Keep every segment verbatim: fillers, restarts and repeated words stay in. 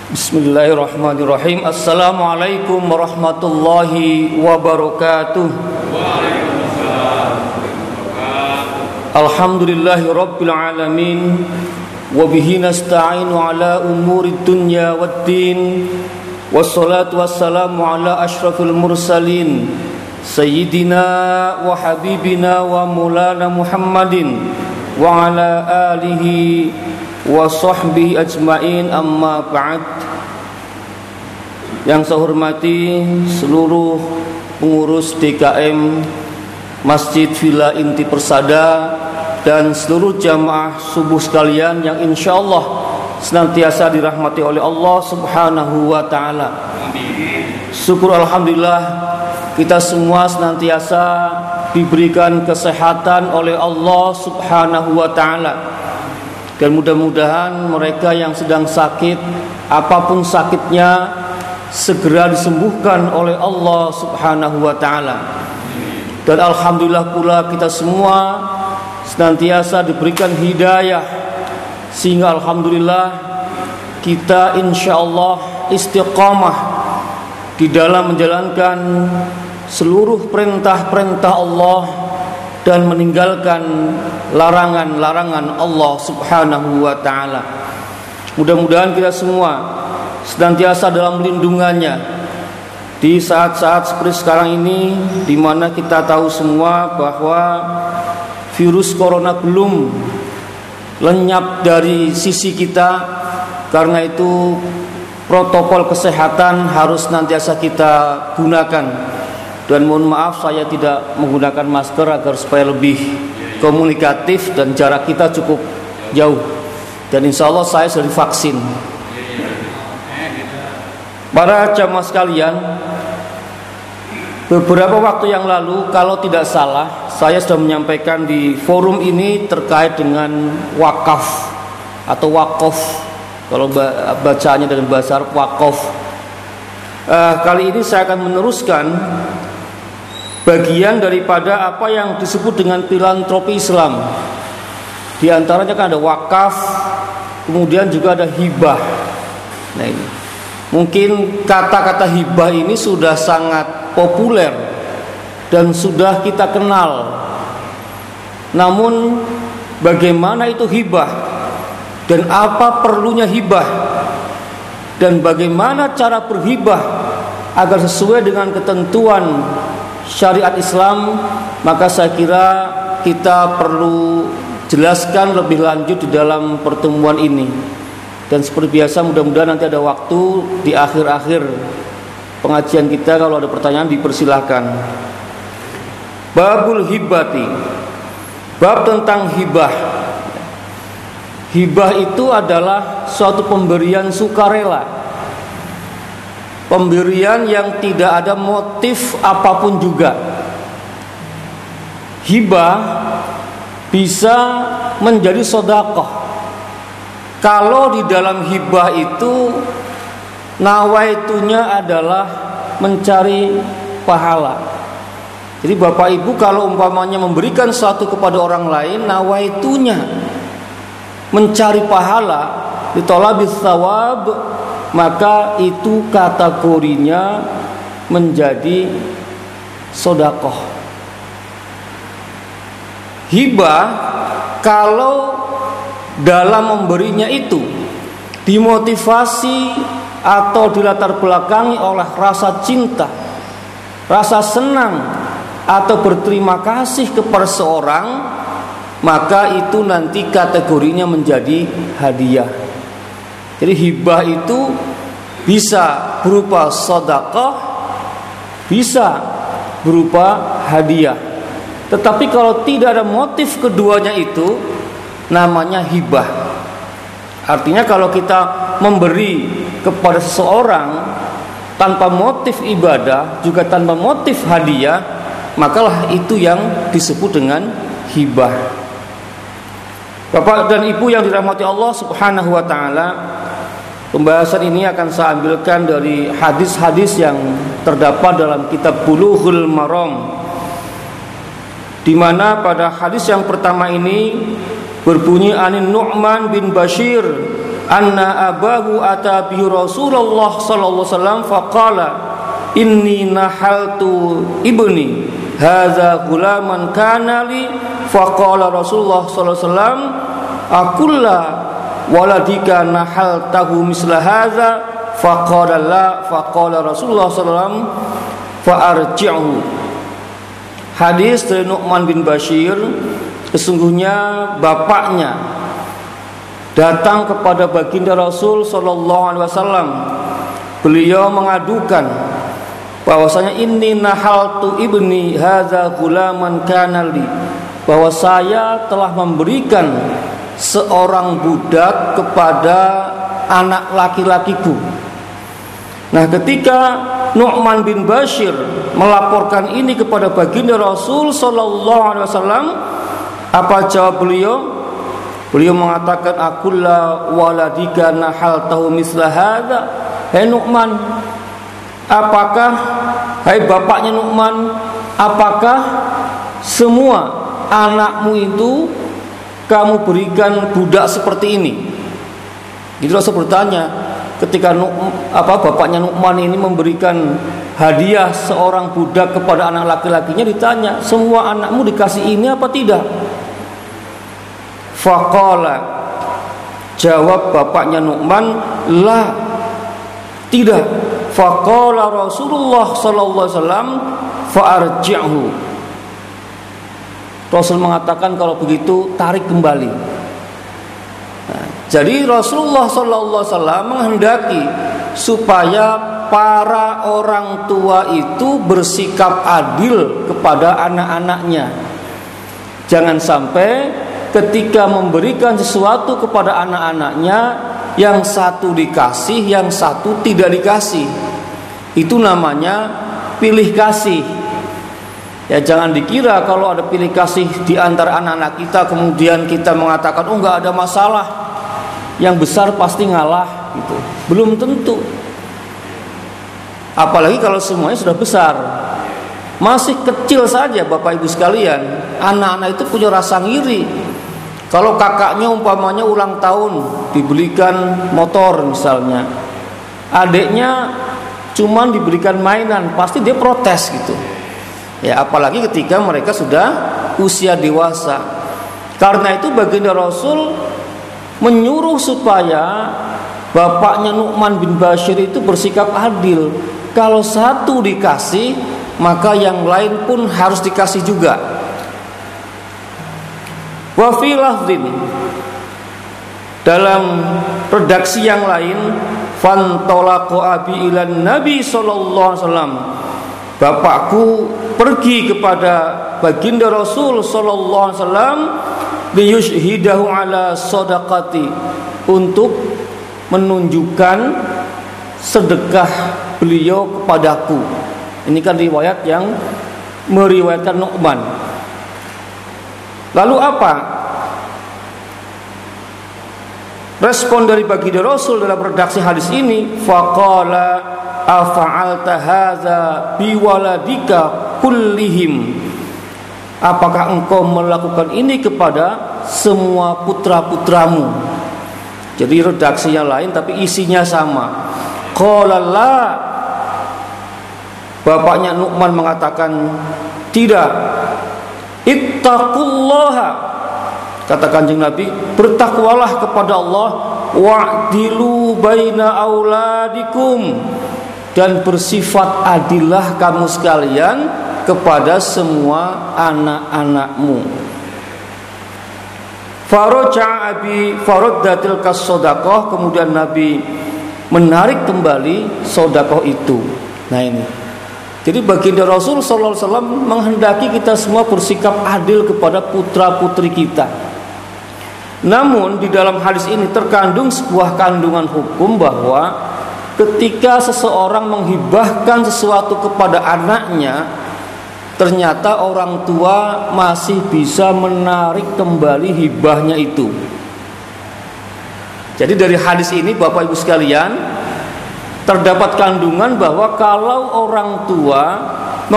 Bismillahirrahmanirrahim. Assalamualaikum warahmatullahi wabarakatuh. Alhamdulillahi rabbil alamin. Wabihi nasta'inu ala umuri dunya waddin. Wassalatu wassalamu ala ashrafil mursalin Sayyidina wa habibina wa mulana Muhammadin wa ala alihi wa sahbihi ajma'in, amma ba'd. Yang saya hormati seluruh pengurus D K M Masjid Villa Inti Persada dan seluruh jamaah subuh sekalian yang insyaallah senantiasa dirahmati oleh Allah Subhanahu wa ta'ala. Syukur alhamdulillah kita semua senantiasa diberikan kesehatan oleh Allah Subhanahu wa ta'ala. Dan mudah-mudahan mereka yang sedang sakit, apapun sakitnya, segera disembuhkan oleh Allah Subhanahu wa ta'ala. Dan alhamdulillah pula kita semua senantiasa diberikan hidayah, sehingga alhamdulillah kita insyaallah istiqamah di dalam menjalankan seluruh perintah-perintah Allah dan meninggalkan larangan-larangan Allah Subhanahu wa ta'ala. Mudah-mudahan kita semua senantiasa dalam lindungannya di saat-saat seperti sekarang ini, di mana kita tahu semua bahwa virus corona belum lenyap dari sisi kita. Karena itu protokol kesehatan harus senantiasa kita gunakan. Dan mohon maaf saya tidak menggunakan masker agar supaya lebih komunikatif dan jarak kita cukup jauh. Dan insya Allah saya sudah divaksin. Para jamaah sekalian, beberapa waktu yang lalu kalau tidak salah saya sudah menyampaikan di forum ini terkait dengan wakaf atau wakof. Kalau bacanya dengan bahasa Arab wakof. uh, Kali ini saya akan meneruskan bagian daripada apa yang disebut dengan filantropi Islam. Di antaranya kan ada wakaf, kemudian juga ada hibah. Nah ini mungkin kata-kata hibah ini sudah sangat populer dan sudah kita kenal. Namun bagaimana itu hibah dan apa perlunya hibah dan bagaimana cara berhibah agar sesuai dengan ketentuan syariat Islam, maka saya kira kita perlu jelaskan lebih lanjut di dalam pertemuan ini. Dan seperti biasa mudah-mudahan nanti ada waktu di akhir-akhir pengajian kita kalau ada pertanyaan dipersilahkan. Babul hibati, bab tentang hibah. Hibah itu adalah suatu pemberian sukarela, pemberian yang tidak ada motif apapun juga. Hibah bisa menjadi sedekah kalau di dalam hibah itu nawaitunya adalah mencari pahala. Jadi Bapak Ibu kalau umpamanya memberikan sesuatu kepada orang lain, nawaitunya mencari pahala, ditolabis thawab, maka itu kategorinya menjadi sedekah. Hibah kalau dalam memberinya itu dimotivasi atau dilatar belakangi oleh rasa cinta, rasa senang atau berterima kasih kepada seorang, maka itu nanti kategorinya menjadi hadiah. Jadi hibah itu bisa berupa sedekah, bisa berupa hadiah. Tetapi kalau tidak ada motif keduanya itu, namanya hibah. Artinya kalau kita memberi kepada seseorang tanpa motif ibadah, juga tanpa motif hadiah, makalah itu yang disebut dengan hibah. Bapak dan Ibu yang dirahmati Allah Subhanahu wa ta'ala, pembahasan ini akan saya ambilkan dari hadis-hadis yang terdapat dalam kitab Bulughul Maram, di mana pada hadis yang pertama ini berbunyi anin Nu'man bin Bashir anna abahu ata bi Rasulullah sallallahu alaihi wasallam faqala inni nahaltu ibni hadza gulaman kana li faqala Rasulullah sallallahu alaihi wasallam akulla waladika nahaltahu misla hadza faqala la faqala Rasulullah sallallahu alaihi wasallam fa arji'hu. Hadis dari Nu'man bin Bashir, sesungguhnya bapaknya datang kepada baginda Rasul sallallahu alaihi wasallam. Beliau mengadukan bahwasanya inni nahaltu ibni hadza gulaman kana li, bahwa saya telah memberikan seorang budak kepada anak laki-lakiku. Nah, ketika Nu'man bin Bashir melaporkan ini kepada baginda Rasul sallallahu alaihi wasallam, apa jawab beliau? Beliau mengatakan akulla waladika nahaltahu misla hadza. Hai Nu'man, apakah hai bapaknya Nu'man, apakah semua anakmu itu kamu berikan budak seperti ini? Itu Rasul bertanya ketika apa bapaknya Nu'man ini memberikan hadiah seorang budak kepada anak laki-lakinya, ditanya, semua anakmu dikasih ini apa tidak? Faqala, jawab bapaknya Nu'man, la, tidak. Faqala Rasulullah sallallahu alaihi wasallam fa arji'hu. Rasul mengatakan kalau begitu tarik kembali. Nah, jadi Rasulullah sallallahu alaihi wasallam menghendaki supaya para orang tua itu bersikap adil kepada anak-anaknya. Jangan sampai ketika memberikan sesuatu kepada anak-anaknya, yang satu dikasih, yang satu tidak dikasih. Itu namanya pilih kasih. Ya, jangan dikira kalau ada pilih kasih di antara anak-anak kita kemudian kita mengatakan oh nggak ada masalah, yang besar pasti ngalah gitu. Belum tentu. Apalagi kalau semuanya sudah besar. Masih kecil saja Bapak Ibu sekalian, anak-anak itu punya rasa ngiri. Kalau kakaknya umpamanya ulang tahun dibelikan motor misalnya, adiknya cuman diberikan mainan, pasti dia protes gitu. Ya, apalagi ketika mereka sudah usia dewasa. Karena itu baginda Rasul menyuruh supaya bapaknya Nu'man bin Bashir itu bersikap adil. Kalau satu dikasih, maka yang lain pun harus dikasih juga. Wa fi lafdhin, dalam redaksi yang lain, fantolaqu abi ilan nabi sallallahu alaihi wasallam, bapakku pergi kepada baginda Rasul sallallahu alaihi wasallam liyushhidahu ala sadaqati, untuk menunjukkan sedekah beliau kepadaku. Ini kan riwayat yang meriwayatkan Nu'man. Lalu apa respon dari baginda Rasul dalam redaksi hadis ini? Faqala afa'alta hadza biwaladika kullihim, apakah engkau melakukan ini kepada semua putra-putramu? Jadi redaksi yang lain tapi isinya sama. Qala la, bapaknya Nu'man mengatakan tidak. Ittaqullaha, kata Kanjeng Nabi, bertakwalah kepada Allah, wa'dilu baina auladikum, dan bersifat adillah kamu sekalian kepada semua anak-anakmu. Faraja abi faraddatil kasodaqah, kemudian Nabi menarik kembali sodakoh itu. Nah ini, jadi baginda Rasul sallallahu alaihi wasallam menghendaki kita semua bersikap adil kepada putra-putri kita. Namun di dalam hadis ini terkandung sebuah kandungan hukum bahwa ketika seseorang menghibahkan sesuatu kepada anaknya, ternyata orang tua masih bisa menarik kembali hibahnya itu. Jadi dari hadis ini Bapak Ibu sekalian, terdapat kandungan bahwa kalau orang tua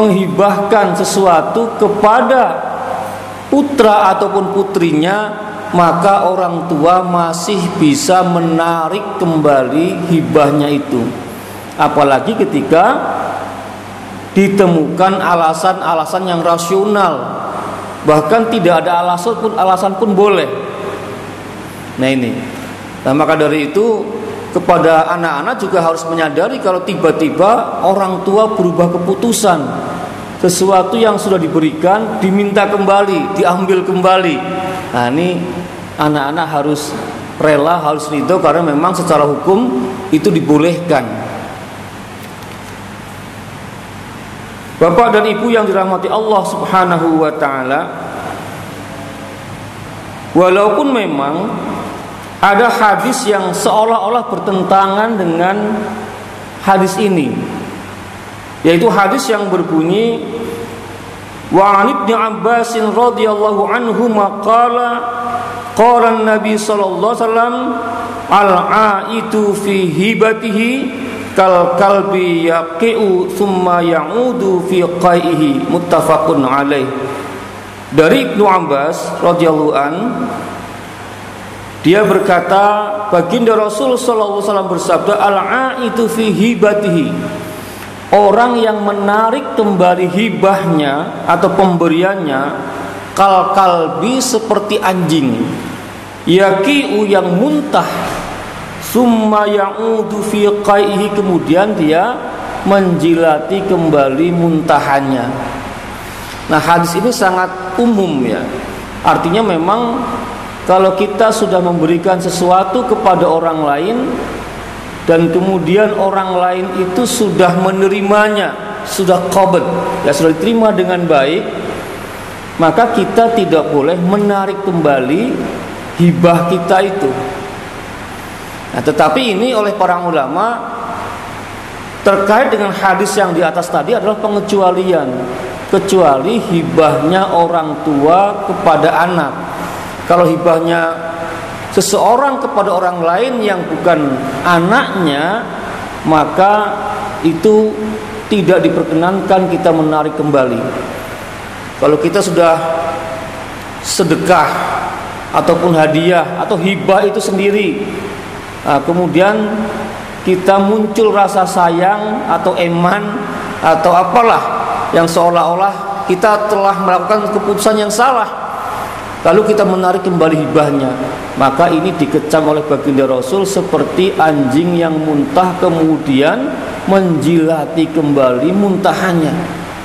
menghibahkan sesuatu kepada putra ataupun putrinya, maka orang tua masih bisa menarik kembali hibahnya itu. Apalagi ketika ditemukan alasan-alasan yang rasional, bahkan tidak ada alasan pun alasan pun boleh. Nah ini, nah maka dari itu kepada anak-anak juga harus menyadari kalau tiba-tiba orang tua berubah keputusan, sesuatu yang sudah diberikan diminta kembali, diambil kembali. Nah ini anak-anak harus rela, harus ridho, karena memang secara hukum itu dibolehkan. Bapak dan Ibu yang dirahmati Allah Subhanahu wa taala, walaupun memang ada hadis yang seolah-olah bertentangan dengan hadis ini, yaitu hadis yang berbunyi, wa 'an Ibnu Abbas radhiyallahu anhu maqala qala Nabi sallallahu alaihi wasallam al-'aidu fi hibatihi kal kalbi yaqi'u thumma ya'udu fi qaihi, muttafaqun alaih. Dari Ibnu Abbas radhiyallahu an, dia berkata, baginda Rasul sallallahu alaihi wasallam bersabda, al-'aidu fi hibatihi, orang yang menarik kembali hibahnya atau pemberiannya, kal kalbi, seperti anjing, yaqi'u, yang muntah, summa ya'udu fi qaihi, kemudian dia menjilati kembali muntahannya. Nah hadis ini sangat umum ya. Artinya memang kalau kita sudah memberikan sesuatu kepada orang lain dan kemudian orang lain itu sudah menerimanya, sudah qabad, ya sudah diterima dengan baik, maka kita tidak boleh menarik kembali hibah kita itu. Nah, tetapi ini oleh para ulama terkait dengan hadis yang di atas tadi adalah pengecualian, kecuali hibahnya orang tua kepada anak. Kalau hibahnya seseorang kepada orang lain yang bukan anaknya, maka itu tidak diperkenankan kita menarik kembali. Kalau kita sudah sedekah ataupun hadiah atau hibah itu sendiri, nah, kemudian kita muncul rasa sayang atau eman atau apalah yang seolah-olah kita telah melakukan keputusan yang salah, lalu kita menarik kembali hibahnya, maka ini dikecam oleh baginda Rasul seperti anjing yang muntah kemudian menjilati kembali muntahannya.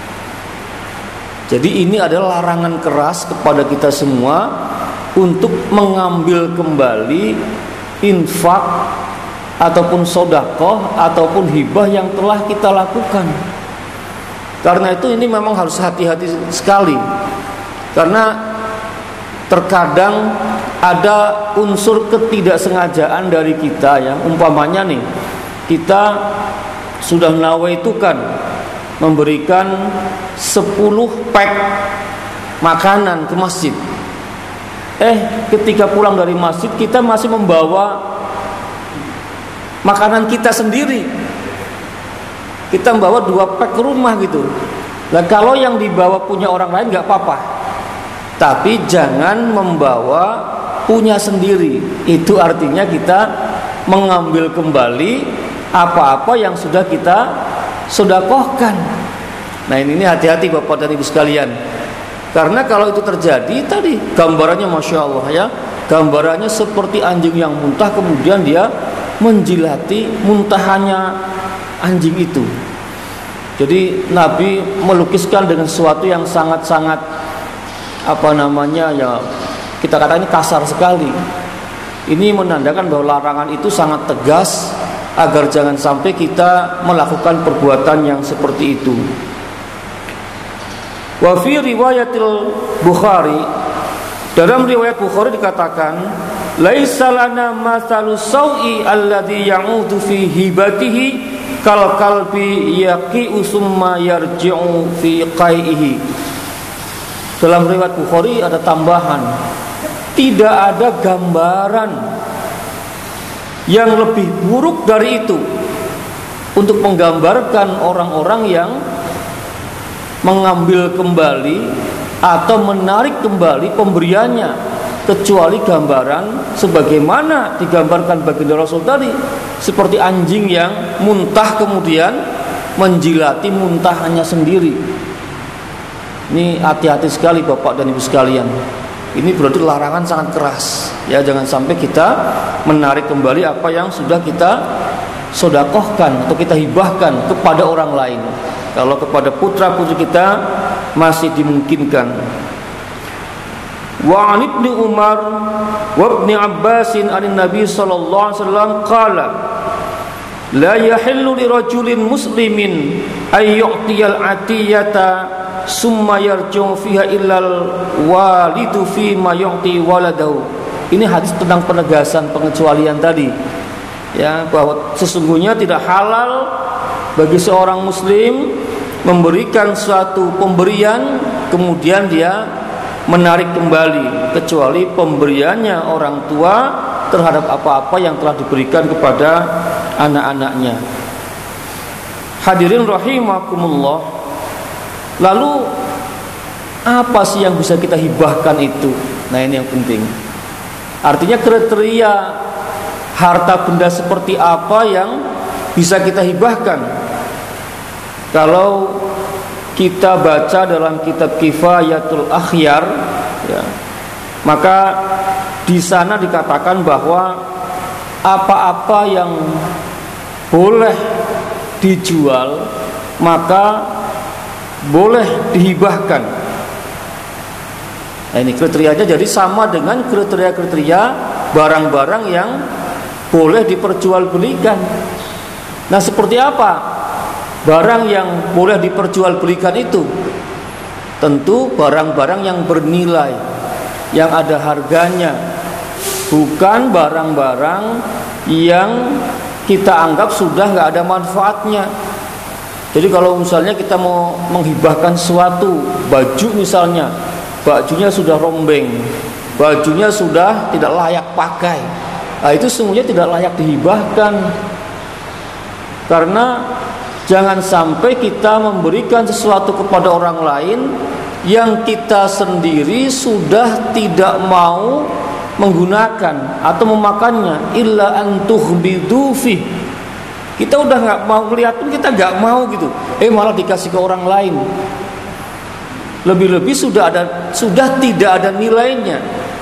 Jadi ini adalah larangan keras kepada kita semua untuk mengambil kembali infak ataupun sodakoh ataupun hibah yang telah kita lakukan. Karena itu ini memang harus hati-hati sekali, karena terkadang ada unsur ketidaksengajaan dari kita ya. Umpamanya nih, kita sudah nawaitukan memberikan sepuluh pack makanan ke masjid. Eh, ketika pulang dari masjid kita masih membawa makanan kita sendiri. Kita membawa dua pack ke rumah gitu. Nah, kalau yang dibawa punya orang lain nggak apa-apa. Tapi jangan membawa punya sendiri. Itu artinya kita mengambil kembali apa-apa yang sudah kita sedekahkan. Nah, ini hati-hati Bapak dan Ibu sekalian. Karena kalau itu terjadi tadi gambarannya Masya Allah ya, gambarannya seperti anjing yang muntah kemudian dia menjilati muntahannya anjing itu. Jadi Nabi melukiskan dengan sesuatu yang sangat-sangat apa namanya ya, kita katakan ini kasar sekali. Ini menandakan bahwa larangan itu sangat tegas agar jangan sampai kita melakukan perbuatan yang seperti itu. Wa fi riwayatil Bukhari, dalam riwayat Bukhari dikatakan, laisa lana mathalu sawi alladhi ya'udu fi hibatihi kal kalbi yaqi'u summa yarji'u fi qaihi. Dalam riwayat Bukhari ada tambahan, tidak ada gambaran yang lebih buruk dari itu untuk menggambarkan orang-orang yang mengambil kembali atau menarik kembali pemberiannya kecuali gambaran sebagaimana digambarkan baginda Rasul tadi, seperti anjing yang muntah kemudian menjilati muntahannya sendiri. Ini hati-hati sekali Bapak dan Ibu sekalian. Ini berarti larangan sangat keras. Ya, jangan sampai kita menarik kembali apa yang sudah kita sodakohkan atau kita hibahkan kepada orang lain. Kalau kepada putra putri kita masih dimungkinkan. Wa an ibni Umar wa ibni Abbasin an Nabi sallallahu alaihi wasallam qala la yahillu li rajulin muslimin ay yu'tiyal atiyata summa yarju fiha illal walidu fi ma yu'ti waladahu. Ini hadis tentang penegasan pengecualian tadi, ya, bahwa sesungguhnya tidak halal bagi seorang muslim memberikan suatu pemberian kemudian dia menarik kembali, kecuali pemberiannya orang tua terhadap apa-apa yang telah diberikan kepada anak-anaknya. Hadirin rahimakumullah. Lalu apa sih yang bisa kita hibahkan itu? Nah, ini yang penting. Artinya kriteria harta benda seperti apa yang bisa kita hibahkan? Kalau kita baca dalam kitab Kifayatul Akhyar, ya, maka di sana dikatakan bahwa apa-apa yang boleh dijual maka boleh dihibahkan. Nah, ini kriterianya jadi sama dengan kriteria-kriteria barang-barang yang boleh diperjualbelikan. Nah, seperti apa barang yang boleh diperjualbelikan itu? Tentu barang-barang yang bernilai, yang ada harganya, bukan barang-barang yang kita anggap sudah nggak ada manfaatnya. Jadi kalau misalnya kita mau menghibahkan suatu baju misalnya, bajunya sudah rombeng, bajunya sudah tidak layak pakai, nah itu semuanya tidak layak dihibahkan. Karena jangan sampai kita memberikan sesuatu kepada orang lain yang kita sendiri sudah tidak mau menggunakan atau memakannya. Illa antuhbidu fi. Kita udah nggak mau melihat pun kita nggak mau gitu. Eh malah dikasih ke orang lain. Lebih-lebih sudah ada sudah tidak ada nilainya.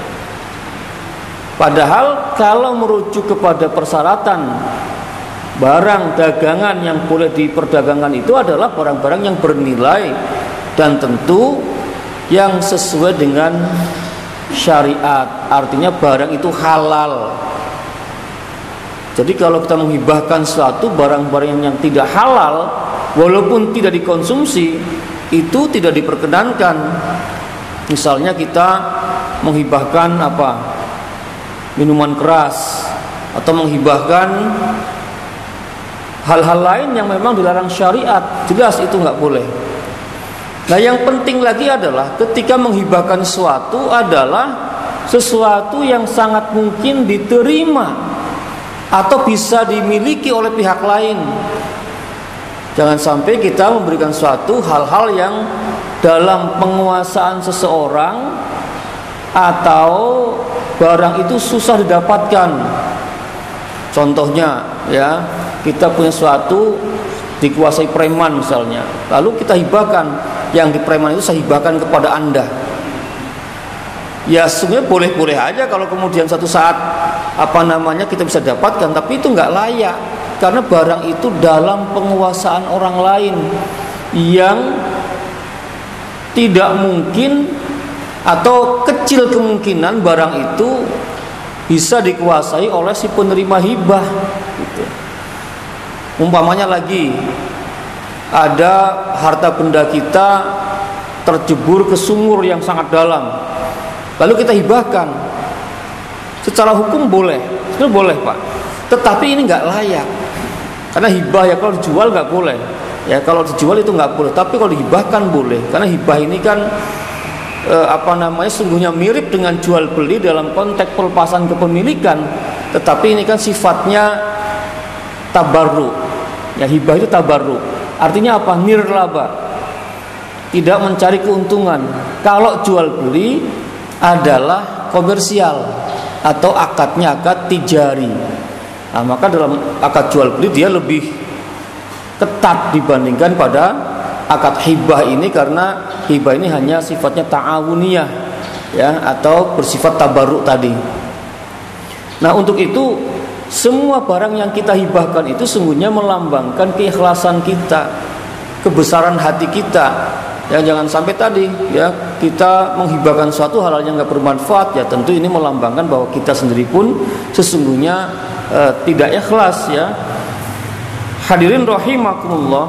Padahal kalau merujuk kepada persyaratan barang dagangan yang boleh diperdagangkan itu adalah barang-barang yang bernilai dan tentu yang sesuai dengan syariat. Artinya barang itu halal. Jadi kalau kita menghibahkan suatu barang-barang yang tidak halal, walaupun tidak dikonsumsi, itu tidak diperkenankan. Misalnya kita menghibahkan apa? Minuman keras, atau menghibahkan hal-hal lain yang memang dilarang syariat, jelas itu nggak boleh. Nah, yang penting lagi adalah ketika menghibahkan sesuatu adalah sesuatu yang sangat mungkin diterima atau bisa dimiliki oleh pihak lain. Jangan sampai kita memberikan suatu hal-hal yang dalam penguasaan seseorang atau barang itu susah didapatkan. Contohnya, ya, kita punya suatu dikuasai preman misalnya, lalu kita hibahkan, yang di preman itu saya hibahkan kepada Anda. Ya sebenarnya boleh-boleh aja kalau kemudian satu saat apa namanya kita bisa dapatkan, tapi itu nggak layak karena barang itu dalam penguasaan orang lain yang tidak mungkin atau kecil kemungkinan barang itu bisa dikuasai oleh si penerima hibah gitu. Umpamanya lagi ada harta benda kita terjebur ke sumur yang sangat dalam, lalu kita hibahkan. Secara hukum boleh, itu boleh Pak. Tetapi ini nggak layak. Karena hibah ya kalau dijual nggak boleh. Ya kalau dijual itu nggak boleh. Tapi kalau dihibahkan boleh. Karena hibah ini kan eh, apa namanya sungguhnya mirip dengan jual beli dalam konteks pelepasan kepemilikan. Tetapi ini kan sifatnya tabarruk. Ya hibah itu tabarruk. Artinya apa? Nirlaba. Tidak mencari keuntungan. Kalau jual beli adalah komersial atau akadnya akad tijari. Nah, maka dalam akad jual beli dia lebih ketat dibandingkan pada akad hibah ini, karena hibah ini hanya sifatnya ta'awuniyah ya, atau bersifat tabarruk tadi. Nah, untuk itu semua barang yang kita hibahkan itu sungguhnya melambangkan keikhlasan kita, kebesaran hati kita. Ya, jangan sampai tadi ya kita menghibahkan suatu hal yang nggak bermanfaat, ya tentu ini melambangkan bahwa kita sendiri pun sesungguhnya e, tidak ikhlas ya. Hadirin rahimakumullah.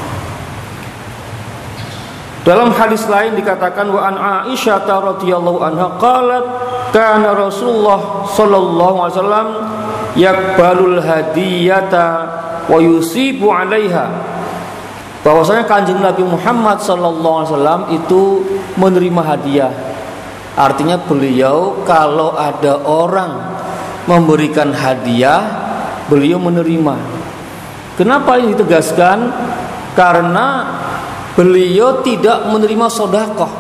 Dalam hadis lain dikatakan wa an Aisyah radhiyallahu anha qalat kana Rasulullah sallallahu alaihi wasallam yaqbalul hadiyata wa yusibu 'alaiha, bahwasanya Kanjeng Nabi Muhammad sallallahu alaihi wasallam itu menerima hadiah. Artinya beliau kalau ada orang memberikan hadiah, beliau menerima. Kenapa ini ditegaskan? Karena beliau tidak menerima sedekah,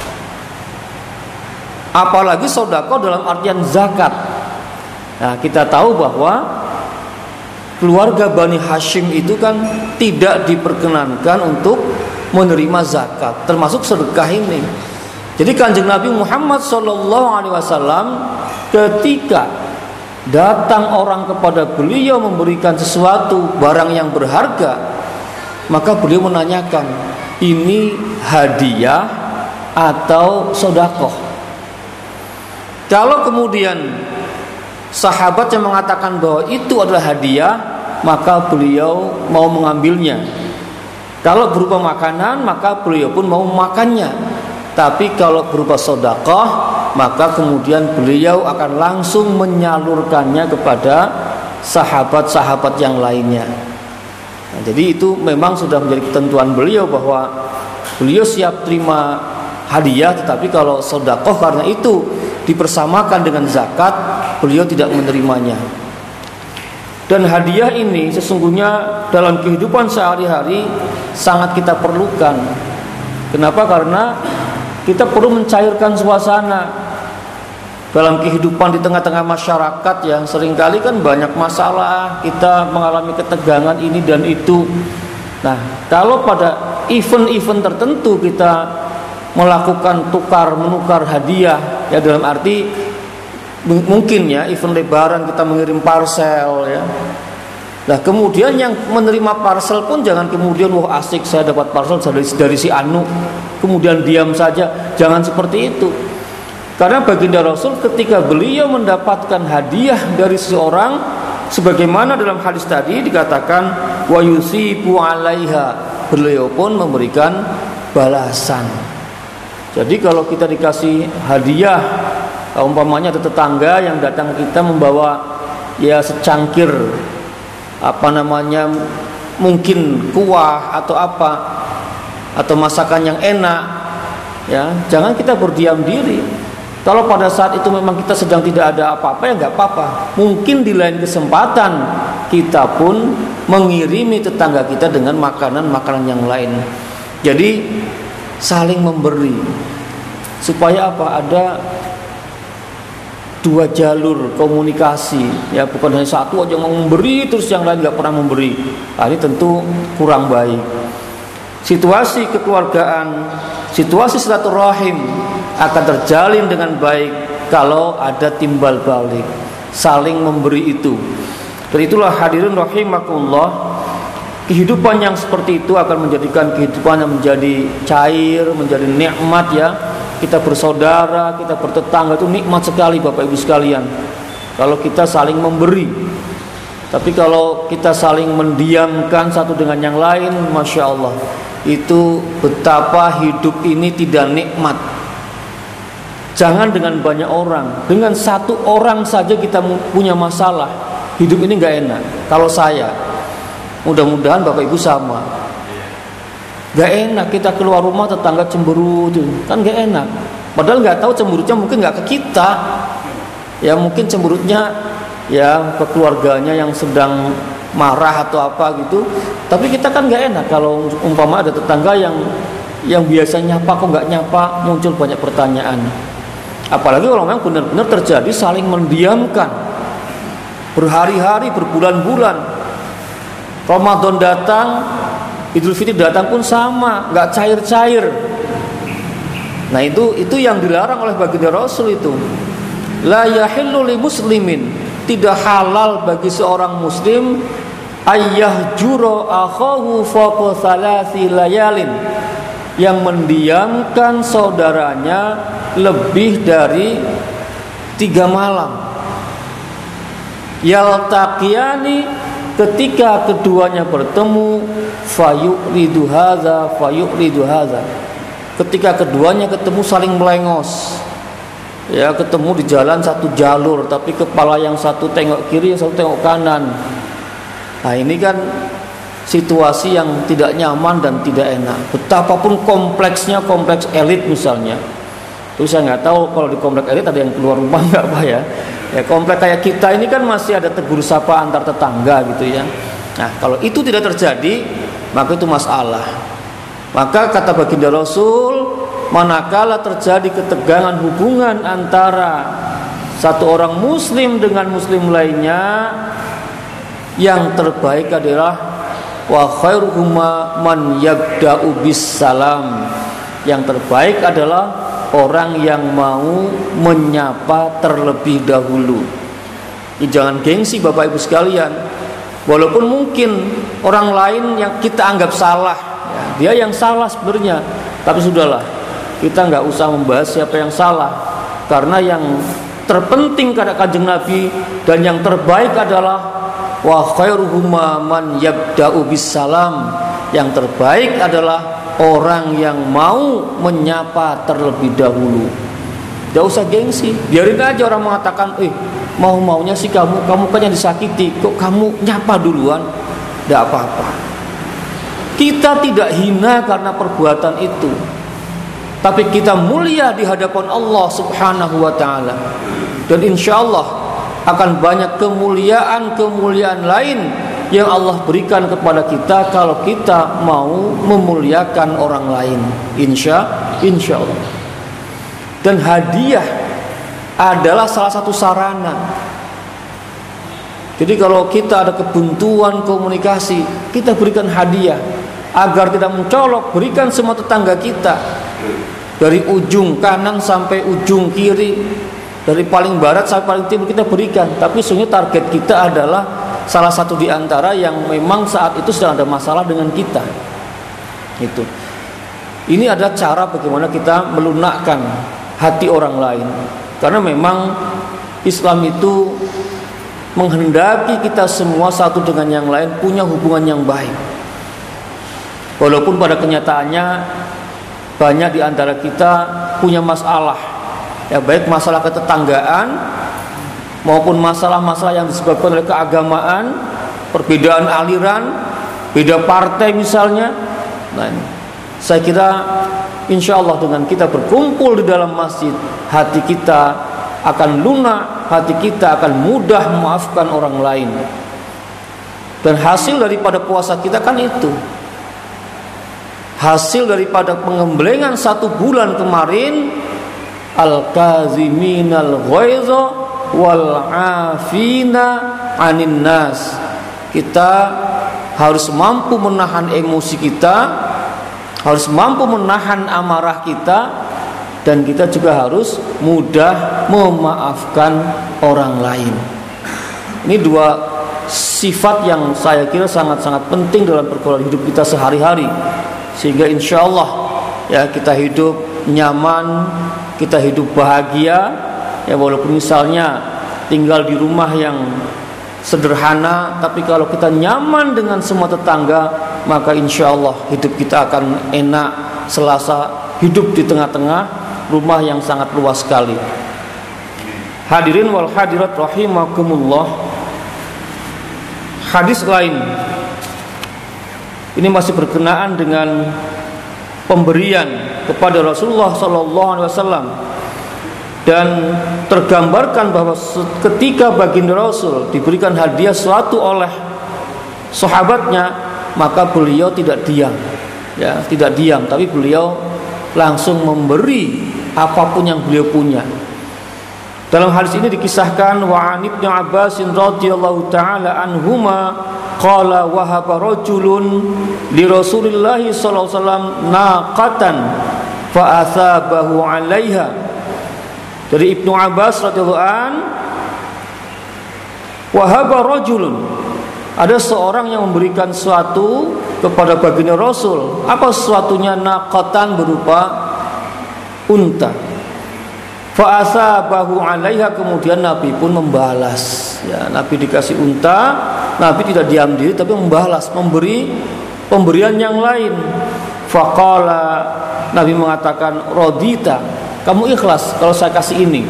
apalagi sedekah dalam artian zakat. Nah, kita tahu bahwa keluarga Bani Hashim itu kan tidak diperkenankan untuk menerima zakat, termasuk sedekah ini. Jadi Kanjeng Nabi Muhammad shallallahu alaihi wasallam ketika datang orang kepada beliau memberikan sesuatu barang yang berharga, maka beliau menanyakan, ini hadiah atau sedekah? Kalau kemudian sahabat yang mengatakan bahwa itu adalah hadiah, maka beliau mau mengambilnya. Kalau berupa makanan, maka beliau pun mau memakannya. Tapi kalau berupa sedekah, maka kemudian beliau akan langsung menyalurkannya kepada sahabat-sahabat yang lainnya. Nah, jadi itu memang sudah menjadi ketentuan beliau bahwa beliau siap terima hadiah, tetapi kalau sedekah karena itu dipersamakan dengan zakat, beliau tidak menerimanya. Dan hadiah ini sesungguhnya dalam kehidupan sehari-hari sangat kita perlukan. Kenapa? Karena kita perlu mencairkan suasana dalam kehidupan di tengah-tengah masyarakat yang seringkali kan banyak masalah, kita mengalami ketegangan ini dan itu. Nah, kalau pada event-event tertentu kita melakukan tukar menukar hadiah, ya dalam arti mungkin ya event lebaran kita mengirim parcel ya. Nah, kemudian yang menerima parcel pun jangan kemudian wah asik saya dapat parcel dari, dari si Anu, kemudian diam saja. Jangan seperti itu. Karena baginda Rasul ketika beliau mendapatkan hadiah dari seseorang, sebagaimana dalam hadis tadi dikatakan wa yusibu 'alaiha, beliau pun memberikan balasan. Jadi kalau kita dikasih hadiah, umpamanya ada tetangga yang datang ke kita membawa ya secangkir apa namanya mungkin kuah atau apa atau masakan yang enak, ya jangan kita berdiam diri. Kalau pada saat itu memang kita sedang tidak ada apa-apa, ya nggak apa-apa. Mungkin di lain kesempatan kita pun mengirimi tetangga kita dengan makanan-makanan yang lain. Jadi saling memberi supaya apa? Ada dua jalur komunikasi, ya bukan hanya satu aja yang memberi terus yang lain nggak pernah memberi. Nah, ini tentu kurang baik. Situasi kekeluargaan, situasi silaturahim akan terjalin dengan baik kalau ada timbal balik, saling memberi itu. Dan itulah hadirin rahimakumullah, kehidupan yang seperti itu akan menjadikan kehidupan yang menjadi cair, menjadi nikmat ya. Kita bersaudara, kita bertetangga itu nikmat sekali Bapak Ibu sekalian. Kalau kita saling memberi. Tapi kalau kita saling mendiamkan satu dengan yang lain, Masya Allah, itu betapa hidup ini tidak nikmat. Jangan dengan banyak orang, dengan satu orang saja kita punya masalah, hidup ini gak enak. Kalau saya, mudah-mudahan Bapak Ibu sama. Gak enak kita keluar rumah tetangga cemberut, kan gak enak. Padahal gak tahu cemberutnya mungkin gak ke kita, ya mungkin cemberutnya ya ke keluarganya yang sedang marah atau apa gitu. Tapi kita kan gak enak kalau umpama ada tetangga yang yang biasa nyapa kok gak nyapa, muncul banyak pertanyaan. Apalagi kalau memang benar-benar terjadi saling mendiamkan berhari-hari, berbulan-bulan. Ramadan datang, Idul Fitri datang pun sama, nggak cair-cair. Nah itu itu yang dilarang oleh baginda Rasul itu. La yahillu li muslimin, tidak halal bagi seorang muslim ayyah juro akhahu fawqa thalathi layalin, yang mendiamkan saudaranya lebih dari tiga malam. Yaltaqiyani, ketika keduanya bertemu, fayuridu hadza fayuridu hadza, ketika keduanya ketemu saling melengos, ya ketemu di jalan satu jalur tapi kepala yang satu tengok kiri, yang satu tengok kanan. Nah ini kan situasi yang tidak nyaman dan tidak enak. Betapapun kompleksnya, kompleks elit misalnya, itu saya nggak tahu kalau di kompleks elit ada yang keluar rumah nggak Pak ya. Ya kompleks kayak kita ini kan masih ada tegur sapa antar tetangga gitu ya. Nah kalau itu tidak terjadi, maka itu masalah. Maka kata baginda Rasul, manakala terjadi ketegangan hubungan antara satu orang muslim dengan muslim lainnya, yang terbaik adalah wa khairuhuma man yabda'u bis salam, yang terbaik adalah orang yang mau menyapa terlebih dahulu. Ini jangan gengsi Bapak Ibu sekalian. Walaupun mungkin orang lain yang kita anggap salah, ya, dia yang salah sebenarnya, tapi sudahlah, kita nggak usah membahas siapa yang salah, karena yang terpenting kata Kanjeng Nabi dan yang terbaik adalah wa khairuhuma man yabda'u bis salam, yang terbaik adalah orang yang mau menyapa terlebih dahulu. Tidak usah gengsi, biarin aja orang mengatakan, eh mau-maunya sih kamu, kamu kan yang disakiti, kok kamu nyapa duluan. Tidak apa-apa. Kita tidak hina karena perbuatan itu, tapi kita mulia di hadapan Allah Subhanahu wa ta'ala. Dan insya Allah akan banyak kemuliaan-kemuliaan lain yang Allah berikan kepada kita kalau kita mau memuliakan orang lain. Insya, insya Allah. Dan hadiah adalah salah satu sarana. Jadi kalau kita ada kebuntuan komunikasi, kita berikan hadiah agar tidak mencolok. Berikan semua tetangga kita, dari ujung kanan sampai ujung kiri, dari paling barat sampai paling timur kita berikan. Tapi sebenarnya target kita adalah salah satu di antara yang memang saat itu sedang ada masalah dengan kita. Itu. Ini adalah cara bagaimana kita melunakkan hati orang lain. Karena memang Islam itu menghendaki kita semua satu dengan yang lain punya hubungan yang baik. Walaupun pada kenyataannya banyak di antara kita punya masalah, ya baik masalah ketetanggaan maupun masalah-masalah yang disebabkan oleh keagamaan, perbedaan aliran, beda partai misalnya. Nah, saya kira insya Allah dengan kita berkumpul di dalam masjid, hati kita akan lunak, hati kita akan mudah memaafkan orang lain. Dan hasil daripada puasa kita kan itu, hasil daripada pengembelengan satu bulan kemarin, al-kaziminal ghaiza wal afina anin nas. Kita harus mampu menahan emosi kita, harus mampu menahan amarah kita, dan kita juga harus mudah memaafkan orang lain. Ini dua sifat yang saya kira sangat-sangat penting dalam pergaulan hidup kita sehari-hari, sehingga insya Allah ya kita hidup nyaman, kita hidup bahagia. Ya walaupun misalnya tinggal di rumah yang sederhana, tapi kalau kita nyaman dengan semua tetangga, maka insya Allah hidup kita akan enak, selasa hidup di tengah-tengah rumah yang sangat luas sekali. Hadirin wal hadirat rahimakumullah. Hadis lain ini masih berkenaan dengan pemberian kepada Rasulullah sallallahu alaihi wasallam. Dan tergambarkan bahwa ketika baginda Rasul diberikan hadiah sesuatu oleh sahabatnya, maka beliau tidak diam, ya tidak diam, tapi beliau langsung memberi apapun yang beliau punya. Dalam hadis ini dikisahkan wa an Ibnu Abbas radhiyallahu taala anhuma qala wahaba rajulun li Rasulillah sallallahu alaihi wasallam naqatan fa athabahu 'alaiha. Dari Ibnu Abbas radhiyallahu an, wahaba rajulun, ada seorang yang memberikan sesuatu kepada baginda Rasul. Apa sesuatunya? Naqatan, berupa unta. Fa asabahu 'alaiha, kemudian Nabi pun membalas. Ya, Nabi dikasih unta, Nabi tidak diam diri tapi membalas, memberi pemberian yang lain. Faqala, Nabi mengatakan, radita, kamu ikhlas kalau saya kasih ini?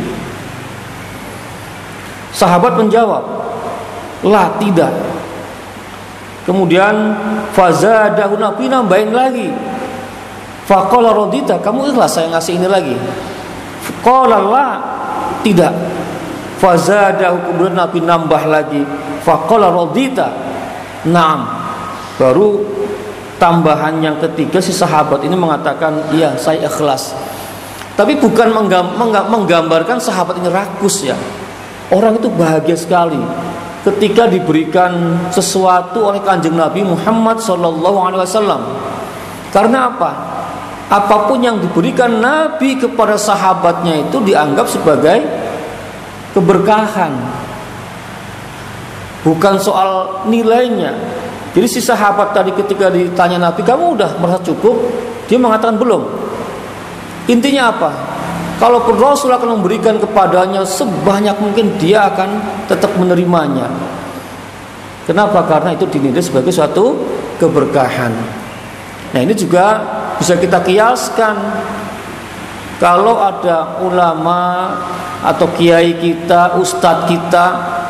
Sahabat menjawab, la, tidak. Kemudian fazadahu, Nabi nambahin lagi. Faqala radita, kamu ikhlas saya ngasih ini lagi? Qala la, tidak. Fazadahu, kemudian Nabi nambah lagi. Faqala radita, na'am. Baru tambahan yang ketiga si sahabat ini mengatakan, iya saya ikhlas. Tapi bukan menggambarkan sahabat ini rakus ya. Orang itu bahagia sekali ketika diberikan sesuatu oleh Kanjeng Nabi Muhammad sallallahu alaihi wasallam. Karena apa? Apapun yang diberikan Nabi kepada sahabatnya itu dianggap sebagai keberkahan, bukan soal nilainya. Jadi si sahabat tadi ketika ditanya Nabi, kamu udah merasa cukup? Dia mengatakan belum. Intinya apa? Kalau Rasul akan memberikan kepadanya sebanyak mungkin, dia akan tetap menerimanya. Kenapa? Karena itu dinilai sebagai suatu keberkahan. Nah, ini juga bisa kita kiaskan. Kalau ada ulama atau kiai kita, ustadz kita,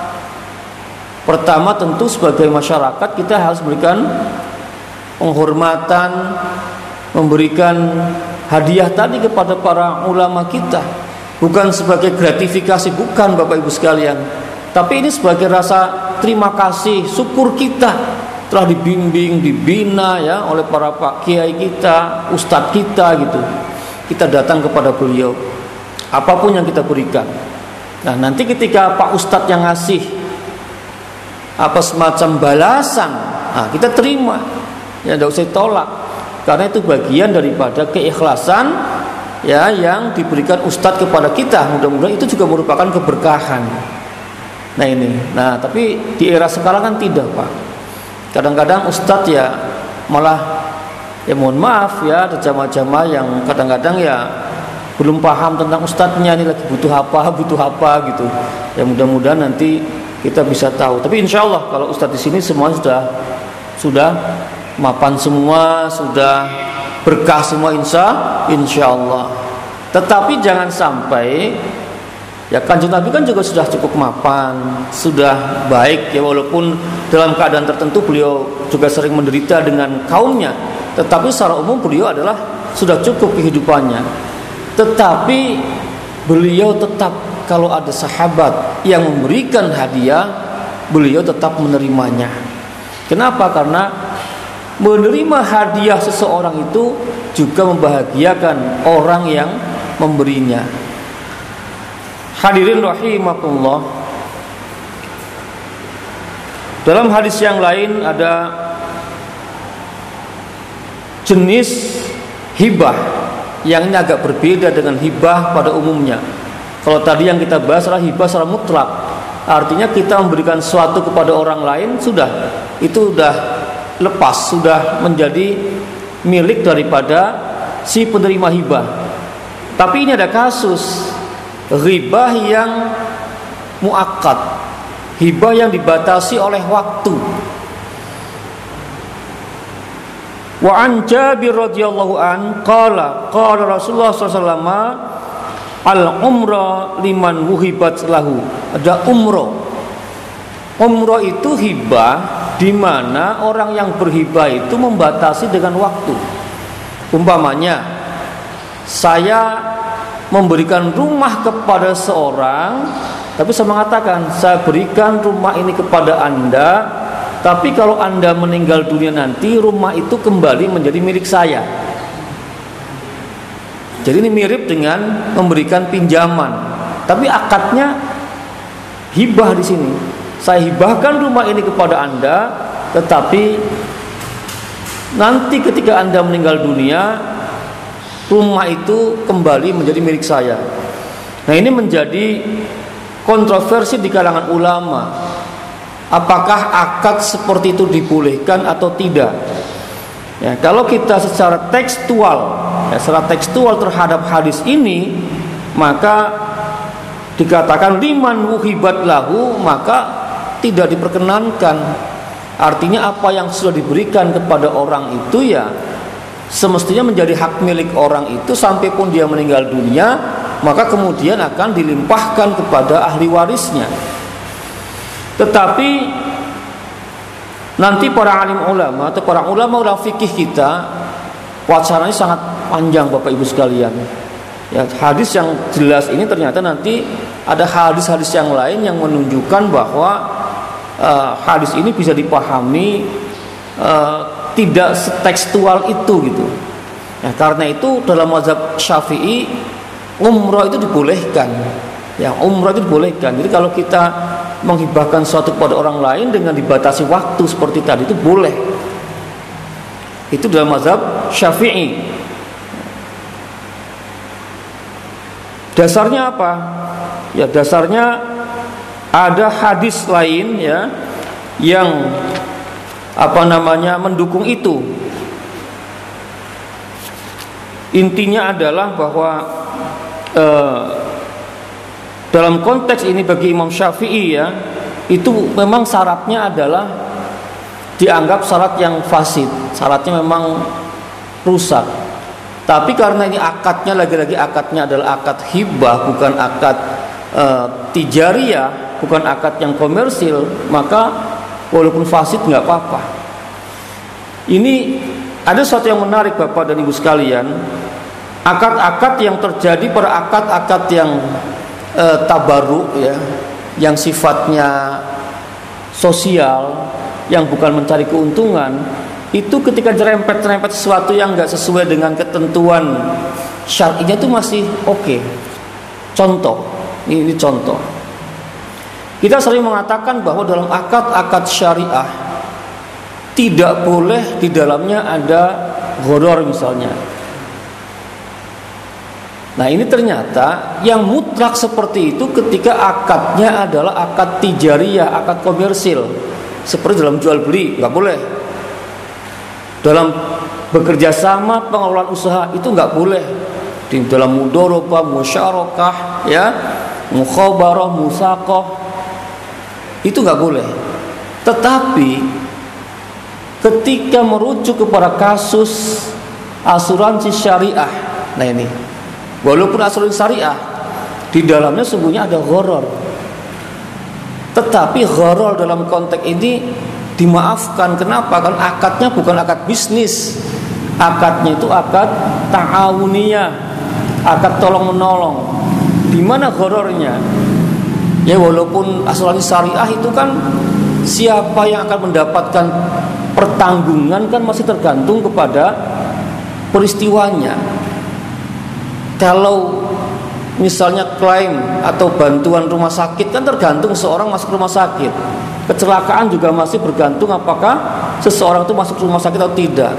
pertama tentu sebagai masyarakat kita harus memberikan penghormatan, memberikan hadiah tadi kepada para ulama kita. Bukan sebagai gratifikasi, bukan Bapak Ibu sekalian, tapi ini sebagai rasa terima kasih, syukur kita telah dibimbing, dibina ya oleh para pak kiai kita, ustadz kita gitu. Kita datang kepada beliau, apapun yang kita berikan. Nah, nanti ketika pak ustadz yang ngasih apa semacam balasan, nah, kita terima, ya tidak usah tolak, karena itu bagian daripada keikhlasan ya yang diberikan ustadz kepada kita. Mudah-mudahan itu juga merupakan keberkahan. Nah ini, nah tapi di era sekarang kan tidak Pak. Kadang-kadang ustadz ya malah ya mohon maaf ya, ada jamaah-jamaah yang kadang-kadang ya belum paham tentang ustadznya, ini lagi butuh apa, butuh apa gitu. Ya mudah-mudahan nanti kita bisa tahu. Tapi insya Allah kalau ustadz di sini semua sudah sudah mapan semua, sudah berkah semua, insya insya Allah. Tetapi jangan sampai ya, Kanjeng Nabi kan juga sudah cukup mapan, sudah baik ya, walaupun dalam keadaan tertentu beliau juga sering menderita dengan kaumnya, tetapi secara umum beliau adalah sudah cukup kehidupannya. Tetapi beliau tetap, kalau ada sahabat yang memberikan hadiah, beliau tetap menerimanya. Kenapa? Karena menerima hadiah seseorang itu juga membahagiakan orang yang memberinya. Hadirin rahimakumullah, dalam hadis yang lain ada jenis hibah yang ini agak berbeda dengan hibah pada umumnya. Kalau tadi yang kita bahas adalah hibah secara mutlak, artinya kita memberikan sesuatu kepada orang lain, sudah itu sudah lepas, sudah menjadi milik daripada si penerima hibah. Tapi ini ada kasus hibah yang muakkad, hibah yang dibatasi oleh waktu. Wa an Jabir radhiyallahu an qala qala Rasulullah sallallahu alaihi wasallam al umrah liman wuhibat lahu. Ada umroh. Umroh itu hibah di mana orang yang berhibah itu membatasi dengan waktu. Umpamanya saya memberikan rumah kepada seorang, tapi saya mengatakan saya berikan rumah ini kepada Anda, tapi kalau Anda meninggal dunia nanti rumah itu kembali menjadi milik saya. Jadi ini mirip dengan memberikan pinjaman. tapi akadnya hibah di sini. Saya hibahkan rumah ini kepada Anda, tetapi nanti ketika Anda meninggal dunia, rumah itu kembali menjadi milik saya. Nah, ini menjadi kontroversi di kalangan ulama. Apakah akad seperti itu dibolehkan atau tidak? Ya, kalau kita secara tekstual, ya, secara tekstual terhadap hadis ini, maka dikatakan liman wuhibat lahu, maka tidak diperkenankan. Artinya apa yang sudah diberikan kepada orang itu ya semestinya menjadi hak milik orang itu sampai pun dia meninggal dunia, maka kemudian akan dilimpahkan kepada ahli warisnya. Tetapi nanti para alim ulama atau para ulama ulama fikih kita, wacananya sangat panjang Bapak Ibu sekalian. Ya, hadis yang jelas ini ternyata nanti ada hadis-hadis yang lain yang menunjukkan bahwa uh, hadis ini bisa dipahami uh, tidak setekstual itu gitu. Nah, karena itu dalam mazhab Syafi'i umrah itu dibolehkan. Ya, umrah itu dibolehkan. Jadi kalau kita menghibahkan sesuatu kepada orang lain dengan dibatasi waktu seperti tadi itu boleh. Itu dalam mazhab Syafi'i. Dasarnya apa? Ya, dasarnya ada hadis lain ya yang apa namanya mendukung itu. Intinya adalah bahwa eh, dalam konteks ini bagi Imam Syafi'i ya, itu memang syaratnya adalah dianggap syarat yang fasid, syaratnya memang rusak. Tapi karena ini akadnya lagi-lagi akadnya adalah akad hibah, bukan akad e, tijariyah, bukan akad yang komersil, maka walaupun fasid nggak apa-apa. Ini ada sesuatu yang menarik Bapak dan Ibu sekalian. Akad-akad yang terjadi pada akad-akad yang E, tabaruk ya, yang sifatnya sosial, yang bukan mencari keuntungan, itu ketika jerempet-jerempet sesuatu yang nggak sesuai dengan ketentuan syar'inya itu masih oke. Okay. Contoh, ini, ini contoh. Kita sering mengatakan bahwa dalam akad-akad syariah tidak boleh di dalamnya ada gharar misalnya. Nah, ini ternyata yang mutlak seperti itu ketika akadnya adalah akad tijariyah, akad komersil, seperti dalam jual beli nggak boleh. Dalam bekerja sama pengelolaan usaha itu nggak boleh. Di dalam mudharabah, musyarakah, ya, mukhabarah, musaqah itu nggak boleh. Tetapi ketika merujuk kepada kasus asuransi syariah, nah ini walaupun asuransi syariah di dalamnya sungguhnya ada gharar, tetapi gharar dalam konteks ini dimaafkan. Kenapa? Kan akadnya bukan akad bisnis, akadnya itu akad ta'awuniyah, akad tolong menolong. Di mana ghararnya? Ya, walaupun asuransi syariah itu kan siapa yang akan mendapatkan pertanggungan kan masih tergantung kepada peristiwanya. Kalau misalnya klaim atau bantuan rumah sakit kan tergantung seorang masuk rumah sakit. Kecelakaan juga masih bergantung apakah seseorang itu masuk rumah sakit atau tidak.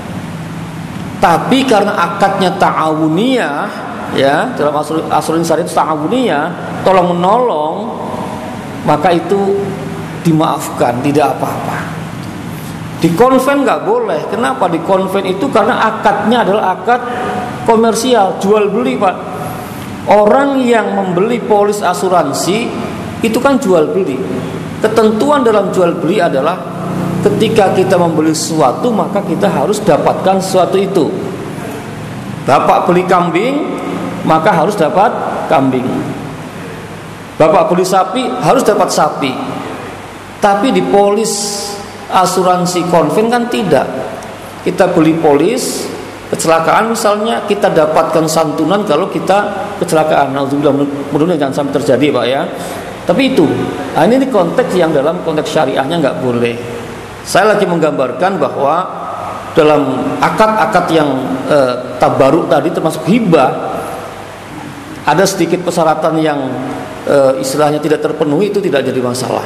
Tapi karena akadnya ta'awuniyah, ya, dalam asuransi syariah itu ta'awuniyah, tolong menolong, maka itu dimaafkan, tidak apa-apa. Di konven nggak boleh. Kenapa di konven itu? Karena akadnya adalah akad komersial, jual beli Pak. Orang yang membeli polis asuransi itu kan jual beli. Ketentuan dalam jual beli adalah ketika kita membeli sesuatu maka kita harus dapatkan sesuatu itu. Bapak beli kambing maka harus dapat kambing. Bapak beli sapi harus dapat sapi. Tapi di polis asuransi konven kan tidak. Kita beli polis kecelakaan misalnya, kita dapatkan santunan kalau kita kecelakaan. Alhamdulillah, mudah-mudahan jangan sampai terjadi Pak ya. Tapi itu, nah ini konteks yang dalam konteks syariahnya nggak boleh. Saya lagi menggambarkan bahwa dalam akad-akad yang eh, tabaruk tadi termasuk hibah, ada sedikit persyaratan yang e, istilahnya tidak terpenuhi, itu tidak jadi masalah.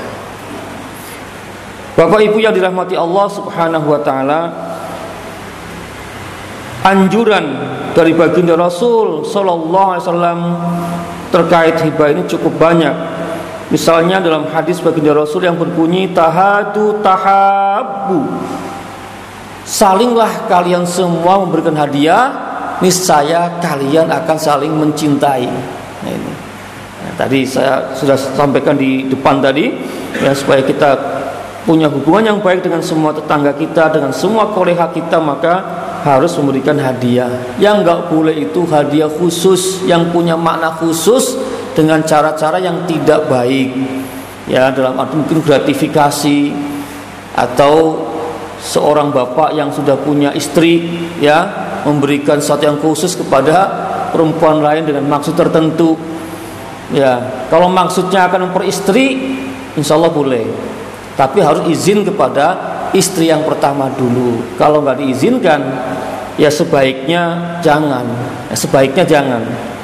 Bapak Ibu yang dirahmati Allah Subhanahu wa taala, anjuran dari baginda Rasul sallallahu alaihi wasallam terkait hibah ini cukup banyak. Misalnya dalam hadis baginda Rasul yang berbunyi tahadu tahabbu, salinglah kalian semua memberikan hadiah, niscaya kalian akan saling mencintai. Nah, ini. Nah, tadi saya sudah sampaikan di depan tadi, ya, supaya kita punya hubungan yang baik dengan semua tetangga kita, dengan semua kolega kita, maka harus memberikan hadiah. Yang enggak boleh itu hadiah khusus yang punya makna khusus dengan cara-cara yang tidak baik. Ya, dalam arti mungkin gratifikasi, atau seorang bapak yang sudah punya istri, ya, memberikan sesuatu yang khusus kepada perempuan lain dengan maksud tertentu. Ya, kalau maksudnya akan memperistri, insya Allah boleh. Tapi harus izin kepada istri yang pertama dulu. Kalau nggak diizinkan, ya sebaiknya jangan. Ya, sebaiknya jangan.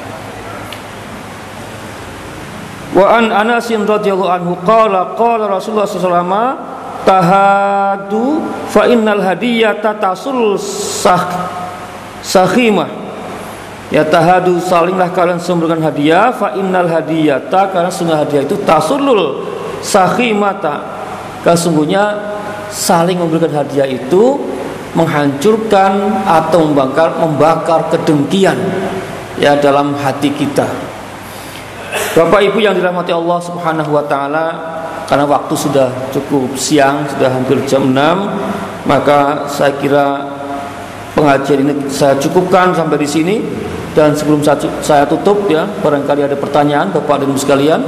Wa an Anas radhiyallahu anhu qala qala Rasulullah sallallahu alaihi wasallam tahadu fa innal hadiyata tasul sah sakhimah. Ya, tahadu, salinglah kalian memberikan hadiah, fa innal hadiyata, karena sungguh hadiah itu tasulul sakhimata. Sesungguhnya saling memberikan hadiah itu menghancurkan atau membakar, membakar kedengkian, ya, dalam hati kita. Bapak Ibu yang dirahmati Allah Subhanahu wa taala, karena waktu sudah cukup siang, sudah hampir jam enam, maka saya kira pengajian ini saya cukupkan sampai di sini. Dan sebelum saya tutup, ya, barangkali ada pertanyaan Bapak dan Ibu sekalian.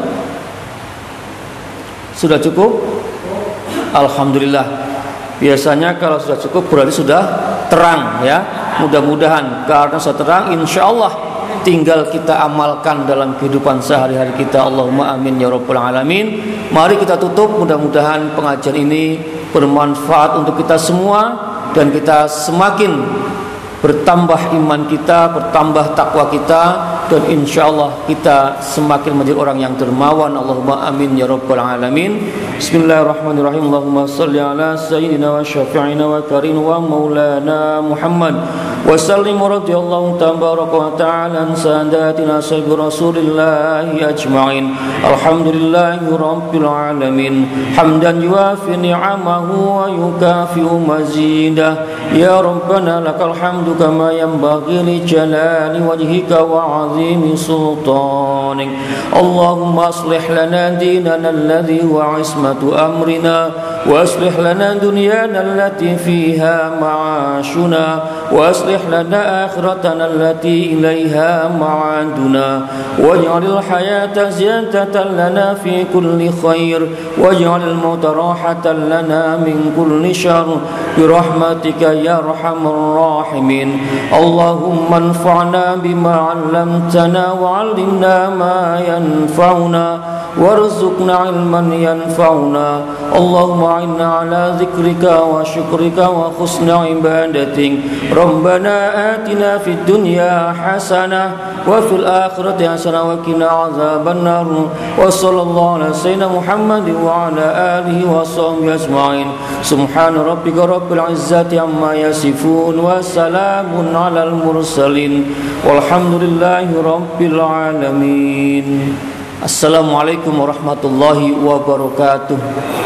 Sudah cukup? Alhamdulillah. Biasanya kalau sudah cukup berarti sudah terang, ya. Mudah-mudahan karena sudah terang, insya Allah tinggal kita amalkan dalam kehidupan sehari-hari kita. Allahumma amin ya rabbal alamin. Mari kita tutup, mudah-mudahan pengajian ini bermanfaat untuk kita semua, dan kita semakin bertambah iman kita, bertambah takwa kita, dan insya Allah kita semakin menjadi orang yang dermawan. Allahumma amin ya rabbal alamin. Bismillahirrahmanirrahim. Allahumma salli ala sayyidina wa syafi'ina wa karim wa maulana Muhammad wa sallim radhiyallahu tabaraka wa ta'ala an sadatina sayyidi rasulillahi ajma'in. Alhamdulillahi rabbil alamin, hamdan yuafi ni'amahu wa yukafi'u mazidah. Ya Rabbana lakal hamdu kama yanbaghi li jalali wajhika wa 'azimi sultanik. Allahumma aslih lana dinana alladhi huwa 'ismatu amrina, wa aslih lana dunyana allati fiha ma'ashuna, wa aslih lana akhiratana allati ilaiha ma'aduna, waj'alil hayata ziyadatan lana fi kulli khair, waj'alil mauta rahatan lana min kulli syarr, bi rahmatika ya arhamar rahimin. Allahumma anfa'na bima 'allamtana wa 'allimna ma yanfa'una warzuqna 'ilman yanfa'una. Allahumma a'inna 'ala dzikrika wa syukrika wa husni ibadatik. Rabbana atina fid dunya hasanah wa fil akhirati hasanah wa qina 'adzabannar. Wa sallallahu ala sayyidina Muhammad wa ala alihi wa sahbihi ajma'in. Subhana rabbika rabbil izzati amma yasifun wa salamun 'alal mursalin walhamdulillahi rabbil alamin. Assalamualaikum warahmatullahi wabarakatuh.